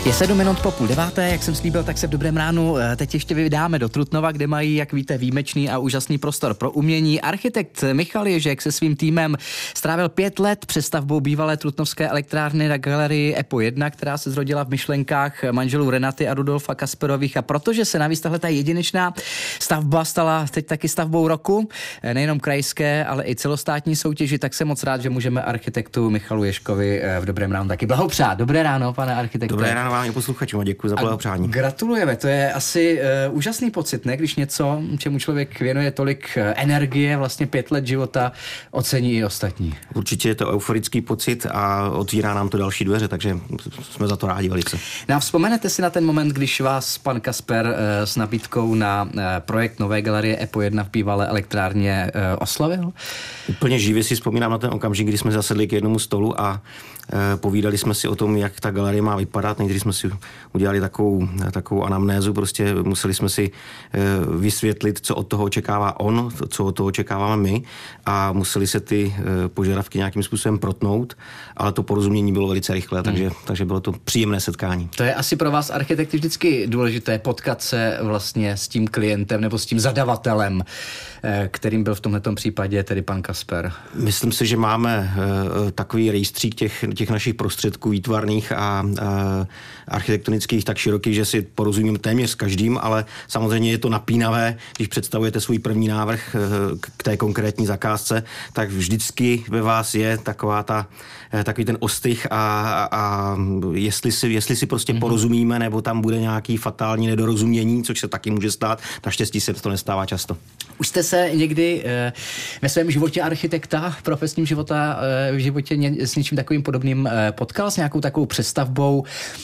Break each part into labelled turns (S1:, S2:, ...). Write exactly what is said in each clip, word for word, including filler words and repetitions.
S1: Je sedm minut po půl deváté, jak jsem slíbil, tak se v Dobrém ránu teď ještě vydáme do Trutnova, kde mají, jak víte, výjimečný a úžasný prostor pro umění. Architekt Michal Ježek se svým týmem strávil pět let přestavbou bývalé trutnovské elektrárny na galerii EPO jedna, která se zrodila v myšlenkách manželů Renaty a Rudolfa Kasperových. A protože se navíc tahle ta jedinečná stavba stala teď taky stavbou roku, nejenom krajské, ale i celostátní soutěži, tak jsem moc rád, že můžeme architektu Michalu Ježkovi v Dobrém ránu taky blahopřát. Dobré ráno, pane architekte.
S2: Dobré ráno vám i posluchačům a děkuji za blahopřání.
S1: Gratulujeme, to je asi uh, úžasný pocit, ne? Když něco, čemu člověk věnuje tolik energie, vlastně pět let života, ocení i ostatní.
S2: Určitě je to euforický pocit a otvírá nám to další dveře, takže jsme za to rádi velice.
S1: No a vzpomenete si na ten moment, když vás pan Kasper uh, s nabídkou na uh, projekt nové galerie EPO jedna v bývalé elektrárně uh, oslovil?
S2: Úplně živě si vzpomínám na ten okamžik, kdy jsme zasedli k jednomu stolu a uh, povídali jsme si o tom, jak ta galerie má vypadat. Nejdřív jsme si udělali takovou, takovou anamnézu, prostě museli jsme si uh, vysvětlit, co od toho očekává on, co od toho očekáváme my a museli se ty uh, požadavky nějakým způsobem protnout, ale to porozumění bylo velice rychlé, hmm. takže, takže bylo to příjemné setkání.
S1: To je asi pro vás architekty vždycky důležité potkat se vlastně s tím klientem nebo s tím zadavatelem, kterým byl v tomhletom případě tedy pan Kasper.
S2: Myslím si, že máme uh, takový rejstřík těch, těch našich prostředků výtvarných a uh, architektonických tak široký, že si porozumím téměř s každým, ale samozřejmě je to napínavé, když představujete svůj první návrh uh, k té konkrétní zakázce, tak vždycky ve vás je taková ta, uh, takový ten ostych a, a jestli si, jestli si prostě mm-hmm. porozumíme, nebo tam bude nějaký fatální nedorozumění, což se taky může stát, naštěstí se to nestává často.
S1: Už jste se někdy e, ve svém životě architekta, v profesním života, e, v životě ně, s něčím takovým podobným e, potkal, s nějakou takovou přestavbou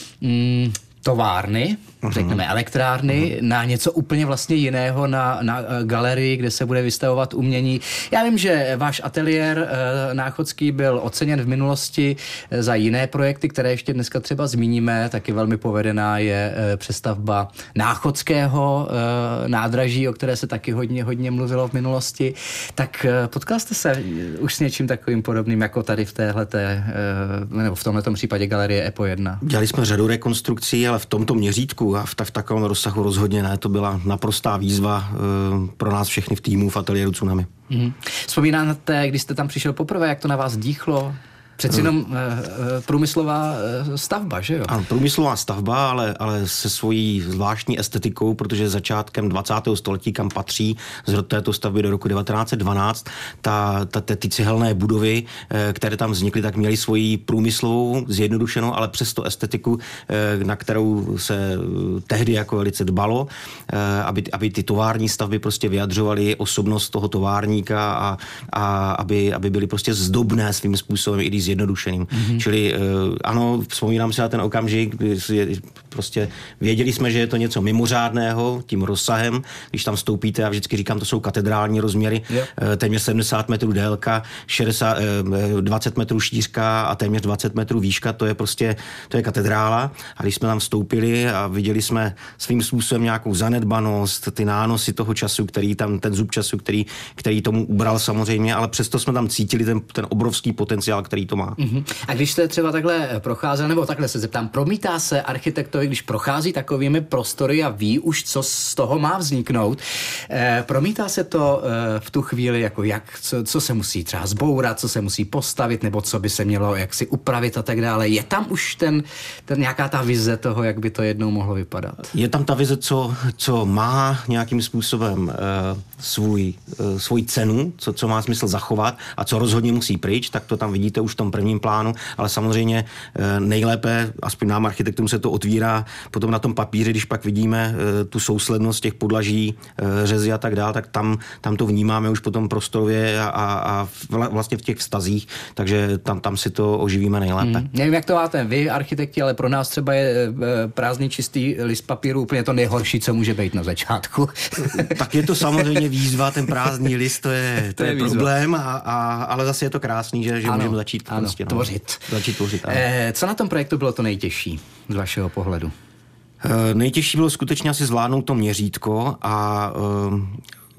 S1: mm, továrny, uh-huh. řekneme elektrárny, uh-huh. na něco úplně vlastně jiného, na, na galerii, kde se bude vystavovat umění. Já vím, že váš ateliér e, náchodský byl oceněn v minulosti e, za jiné projekty, které ještě dneska třeba zmíníme. Taky velmi povedená je e, přestavba náchodského e, nádraží, o které se taky hodně, hodně mluvilo v minulosti. Tak e, potkal jste se už s něčím takovým podobným, jako tady v téhleté, e, nebo v tomhletom případě galerie EPO jedna?
S2: Dělali jsme řadu rekonstrukcí, ale v tomto měřítku a v, ta, v takovém rozsahu rozhodně ne. To byla naprostá výzva e, pro nás všechny v týmu v ateliéru Tsunami.
S1: Mm-hmm. Vzpomínáte, když jste tam přišel poprvé, jak to na vás dýchlo? Přeci jenom e, e, průmyslová e, stavba, že jo?
S2: Ano, průmyslová stavba, ale, ale se svojí zvláštní estetikou, protože začátkem dvacátého století, kam patří zrod této stavby do roku devatenáct set dvanáct, ta, ta, ty cihelné budovy, e, které tam vznikly, tak měly svoji průmyslovou, zjednodušenou, ale přesto estetiku, e, na kterou se tehdy jako velice dbalo, e, aby, aby ty tovární stavby prostě vyjadřovaly osobnost toho továrníka a, a aby, aby byly prostě zdobné svým způsobem, i když zjednodušeným. Mm-hmm. Čili uh, ano, vzpomínám si na ten okamžik, kdy je, prostě věděli jsme, že je to něco mimořádného tím rozsahem. Když tam vstoupíte, já vždycky říkám, to jsou katedrální rozměry, yep. uh, téměř sedmdesát metrů délka, šedesát, uh, dvacet metrů šířka a téměř dvacet metrů výška, to je prostě, to je katedrála. A když jsme tam vstoupili a viděli jsme svým způsobem nějakou zanedbanost, ty nánosy toho času, který tam, ten zub času, který, který tomu ubral samozřejmě, ale přesto jsme tam cítili ten, ten obrovský potenciál, který to má.
S1: Uh-huh. A když jste třeba takhle procházel, nebo takhle se zeptám, promítá se architektovi, když prochází takovými prostory a ví už, co z toho má vzniknout, eh, promítá se to eh, v tu chvíli, jako jak, co, co se musí třeba zbourat, co se musí postavit, nebo co by se mělo jak si upravit a tak dále. Je tam už ten, ten nějaká ta vize toho, jak by to jednou mohlo vypadat?
S2: Je tam ta vize, co, co má nějakým způsobem eh, svůj, eh, svůj cenu, co, co má smysl zachovat a co rozhodně musí pryč, tak to tam vidíte už v tom prvním plánu, ale samozřejmě nejlépe, aspoň nám architektům se to otvírá potom na tom papíře, když pak vidíme tu souslednost těch podlaží, řezy a tak dál, tak tam, tam to vnímáme už potom prostorově a, a vlastně v těch vztazích, takže tam, tam si to oživíme nejlépe. Hmm.
S1: Nevím, jak to máte vy, architekti, ale pro nás třeba je prázdný čistý list papíru úplně to nejhorší, co může být na začátku.
S2: Tak je to samozřejmě výzva, ten prázdný list, to je, to, to je, je problém, a, a, ale zase je to krásný, že, že můžeme začít
S1: ano,
S2: prostě, no,
S1: tvořit.
S2: Začít tvořit
S1: eh, co na tom projektu bylo to nejtěžší z vašeho pohledu?
S2: Eh, nejtěžší bylo skutečně asi zvládnout to měřítko a eh,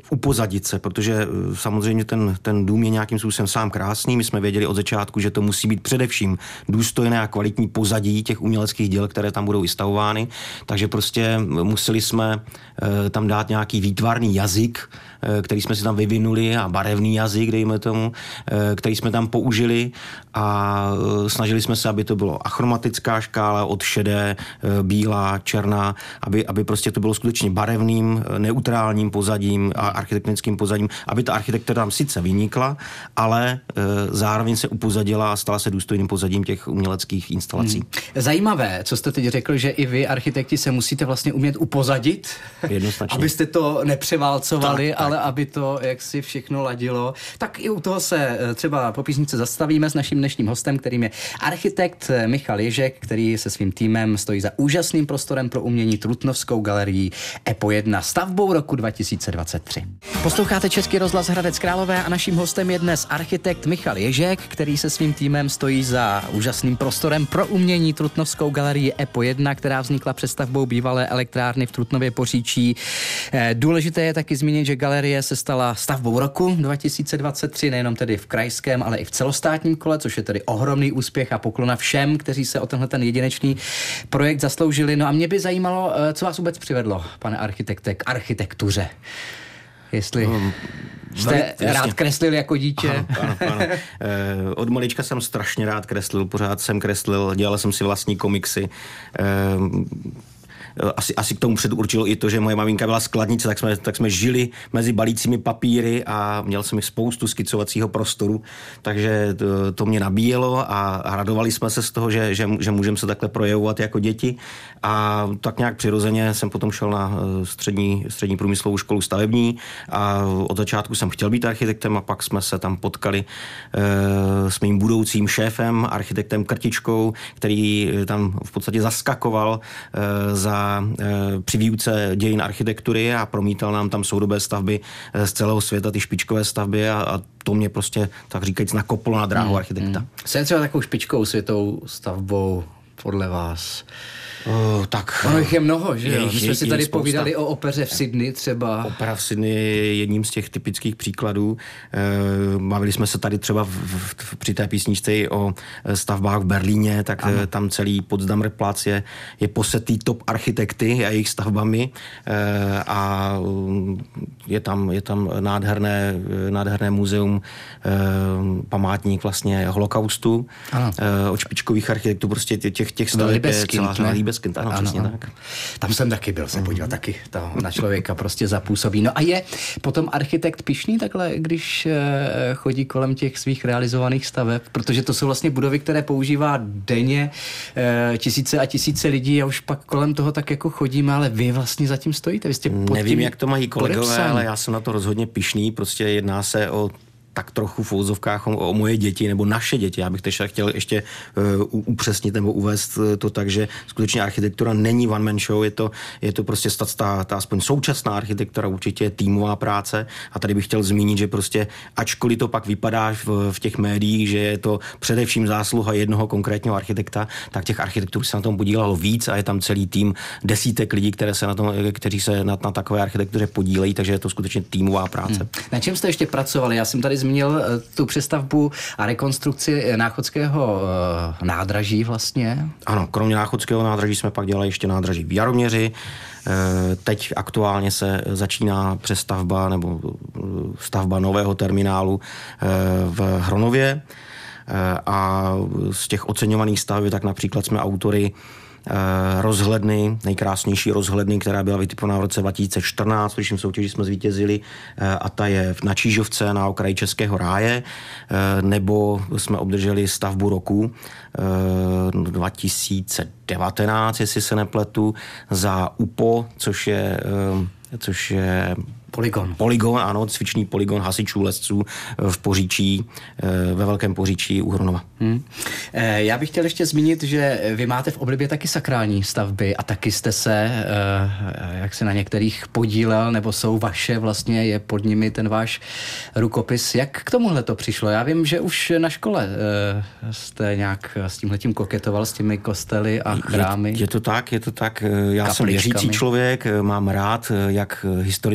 S2: upozadit se, protože samozřejmě ten, ten dům je nějakým způsobem sám krásný. My jsme věděli od začátku, že to musí být především důstojné a kvalitní pozadí těch uměleckých děl, které tam budou vystavovány. Takže prostě museli jsme tam dát nějaký výtvarný jazyk, který jsme si tam vyvinuli, a barevný jazyk, dejme tomu, který jsme tam použili, a snažili jsme se, aby to bylo achromatická škála od šedé, bílá, černá, aby, aby prostě to bylo skutečně barevným, neutrálním pozadím a architektonickým pozadím, aby ta architektura tam sice vynikla, ale zároveň se upozadila a stala se důstojným pozadím těch uměleckých instalací. Hmm.
S1: Zajímavé, co jste teď řekl, že i vy, architekti, se musíte vlastně umět upozadit,
S2: jednoznačně,
S1: abyste to nepřeválcovali,
S2: tak,
S1: ale
S2: tak.
S1: aby to jaksi všechno ladilo. Tak i u toho se třeba po písničce zastavíme s naším dnešním hostem, kterým je architekt Michal Ježek, který se svým týmem stojí za úžasným prostorem pro umění Trutnovskou galerií EPO jedna stavbou roku dva tisíce dvacet tři. Posloucháte Český rozhlas Hradec Králové a naším hostem je dnes architekt Michal Ježek, který se svým týmem stojí za úžasným prostorem pro umění Trutnovskou galerii EPO jedna, která vznikla přestavbou bývalé elektrárny v Trutnově Poříčí. Důležité je taky zmínit, že galerie se stala stavbou roku dva tisíce dvacet tři, nejenom tedy v krajském, ale i v celostátním kole, což je tedy ohromný úspěch a poklona všem, kteří se o tenhle ten jedinečný projekt zasloužili. No a mě by zajímalo, co vás vůbec přivedlo, pane architekte, k architektuře. Jestli um, jste veli, rád kreslil jako dítě.
S2: Ano, ano, ano. E, od malička jsem strašně rád kreslil, pořád jsem kreslil, dělal jsem si vlastní komiksy. E, Asi, asi k tomu předurčilo i to, že moje maminka byla skladnice, tak jsme, tak jsme žili mezi balícími papíry a měl jsem jich spoustu skicovacího prostoru, takže to, to mě nabíjelo a, a radovali jsme se z toho, že, že, že můžeme se takhle projevovat jako děti, a tak nějak přirozeně jsem potom šel na střední, střední průmyslovou školu stavební a od začátku jsem chtěl být architektem, a pak jsme se tam potkali e, s mým budoucím šéfem, architektem Krtičkou, který tam v podstatě zaskakoval e, za při výuce dějin architektury a promítal nám tam soudobé stavby z celého světa, ty špičkové stavby, a, a to mě prostě, tak říkajíc, nakoplo na dráhu hmm, architekta.
S1: Hmm. Co je třeba takovou špičkou světovou stavbou podle vás?
S2: Uh, tak,
S1: ono jich je mnoho, že jo? My jsme
S2: je,
S1: si tady povídali o opeře v Sydney třeba.
S2: Opera v Sydney je jedním z těch typických příkladů. Uh, bavili jsme se tady třeba v, v, při té písničce o stavbách v Berlíně, tak ano. Tam celý Potsdamer Platz je, je posetý top architekty a jejich stavbami, uh, a je tam, je tam nádherné, nádherné muzeum, uh, památník vlastně holokaustu, uh, od špičkových architektů, prostě těch, těch staveb je celá řada. Líbezkind, ano, ano, přesně ano. Tak.
S1: Tam jsem taky byl se podívat, mm. taky to na člověka prostě zapůsobí. No a je potom architekt pyšný takhle, když chodí kolem těch svých realizovaných staveb, protože to jsou vlastně budovy, které používá denně tisíce a tisíce lidí, a už pak kolem toho tak jako chodíme, ale vy vlastně zatím stojíte. Vy jste pod
S2: Nevím, jak to mají kolegové, podepsání. Ale já jsem na to rozhodně pyšný, prostě jedná se o tak trochu v úvozovkách o, o moje děti nebo naše děti. Já bych teď chtěl ještě uh, upřesnit nebo uvést to tak, že skutečně architektura není one man show, je to, je to prostě ta, ta aspoň současná architektura, určitě týmová práce, a tady bych chtěl zmínit, že prostě ačkoliv to pak vypadá v, v těch médiích, že je to především zásluha jednoho konkrétního architekta, tak těch architektů se na tom podílelo víc a je tam celý tým desítek lidí, které se na tom, kteří se na, na takové architektuře podílejí, takže je to skutečně týmová práce. Hmm.
S1: Na čem jste ještě pracovali? Já jsem tady zmínil tu přestavbu a rekonstrukci náchodského nádraží vlastně.
S2: Ano, kromě náchodského nádraží jsme pak dělali ještě nádraží v Jaroměři. Teď aktuálně se začíná přestavba nebo stavba nového terminálu v Hronově. A z těch oceňovaných staveb tak například jsme autory rozhledny, nejkrásnější rozhledny, která byla vytipovaná v roce dva tisíce čtrnáct, když v soutěži jsme zvítězili, a ta je na Čížovce na okraji Českého ráje, nebo jsme obdrželi stavbu roku dva tisíce devatenáct, jestli se nepletu, za U P O, což je, což je
S1: Polygon.
S2: Polygon, ano, cvičný polygon hasičů lesců v Poříčí, ve Velkém Poříčí u Hronova. Hmm.
S1: Já bych chtěl ještě zmínit, že vy máte v oblibě taky sakrální stavby a taky jste se, jak se na některých podílel, nebo jsou vaše, vlastně je pod nimi ten váš rukopis. Jak k tomuhle to přišlo? Já vím, že už na škole jste nějak s tímhletím koketoval, s těmi kostely a chrámy.
S2: Je, je to tak, je to tak. Já jsem věřící člověk, mám rád jak historickou sakrální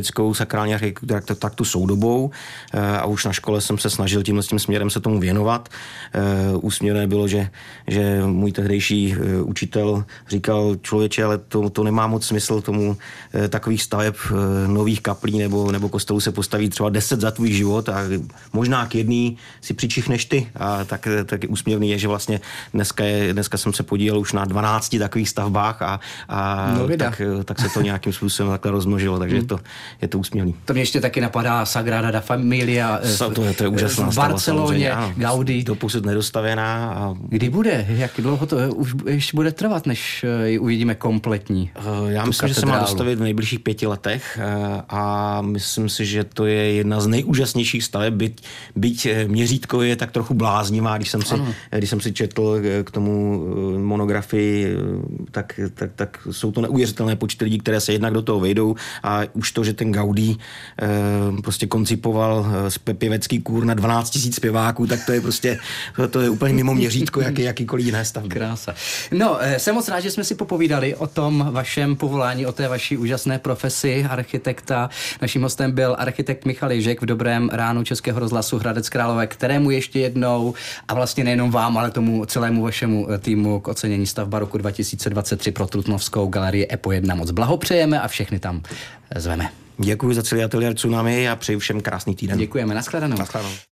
S2: sakrální architektury, tak, tak tu soudobou a už na škole jsem se snažil tímhle tím směrem se tomu věnovat. Úsměvné bylo, že, že můj tehdejší učitel říkal, člověče, ale to, to nemá moc smysl tomu takových staveb nových kaplí nebo, nebo kostelů se postaví třeba deset za tvůj život a možná k jedný si přičichneš ty. A tak, tak úsměvný je, že vlastně dneska, je, dneska jsem se podílel už na dvanácti takových stavbách a, a no, tak, tak se to nějakým způsobem takhle rozmnožilo, takže hmm. je, to, je to úsměvný.
S1: To mě ještě taky napadá Sagrada da Familia
S2: Sa, to, je, to je úžasná
S1: v Barceloně, Gaudí.
S2: Doposud nedostavěná. A...
S1: Kdy bude? Jak dlouho to už ještě bude trvat, než ji uvidíme kompletní?
S2: Já myslím, katedrálu. Že se má dostavit v nejbližších pěti letech a myslím si, že to je jedna z nejúžasnějších staveb, byť, byť měřítko je tak trochu bláznivá, když jsem si, když jsem si četl k tomu monografii, tak, tak, tak jsou to neuvěřitelné počty lidí, které se jednak do toho vejdou a už to, že ten Gaudí eh, prostě koncipoval eh, pěvecký kůr na dvanáct tisíc zpěváků, tak to je prostě, to, to je úplně mimo měřítko, jaký, jakýkoliv jiné stavby.
S1: Krása. No, eh, jsem moc rád, že jsme si popovídali o tom vašem povolání, o té vaší úžasné profesi architekta. Naším hostem byl architekt Michal Ježek v Dobrém ránu Českého rozhlasu Hradec Králové, kterému ještě jednou a vlastně nejenom vám, ale tomu celému vašemu týmu k ocenění stavba roku dva tisíce dvacet tři pro Trutnovskou galerii E P O jedna moc blahopřejeme a všechny tam zveme.
S2: Děkuji za celý ateliér Tsunami a přeji všem krásný týden.
S1: Děkujeme, nashledanou.
S2: Nashledanou.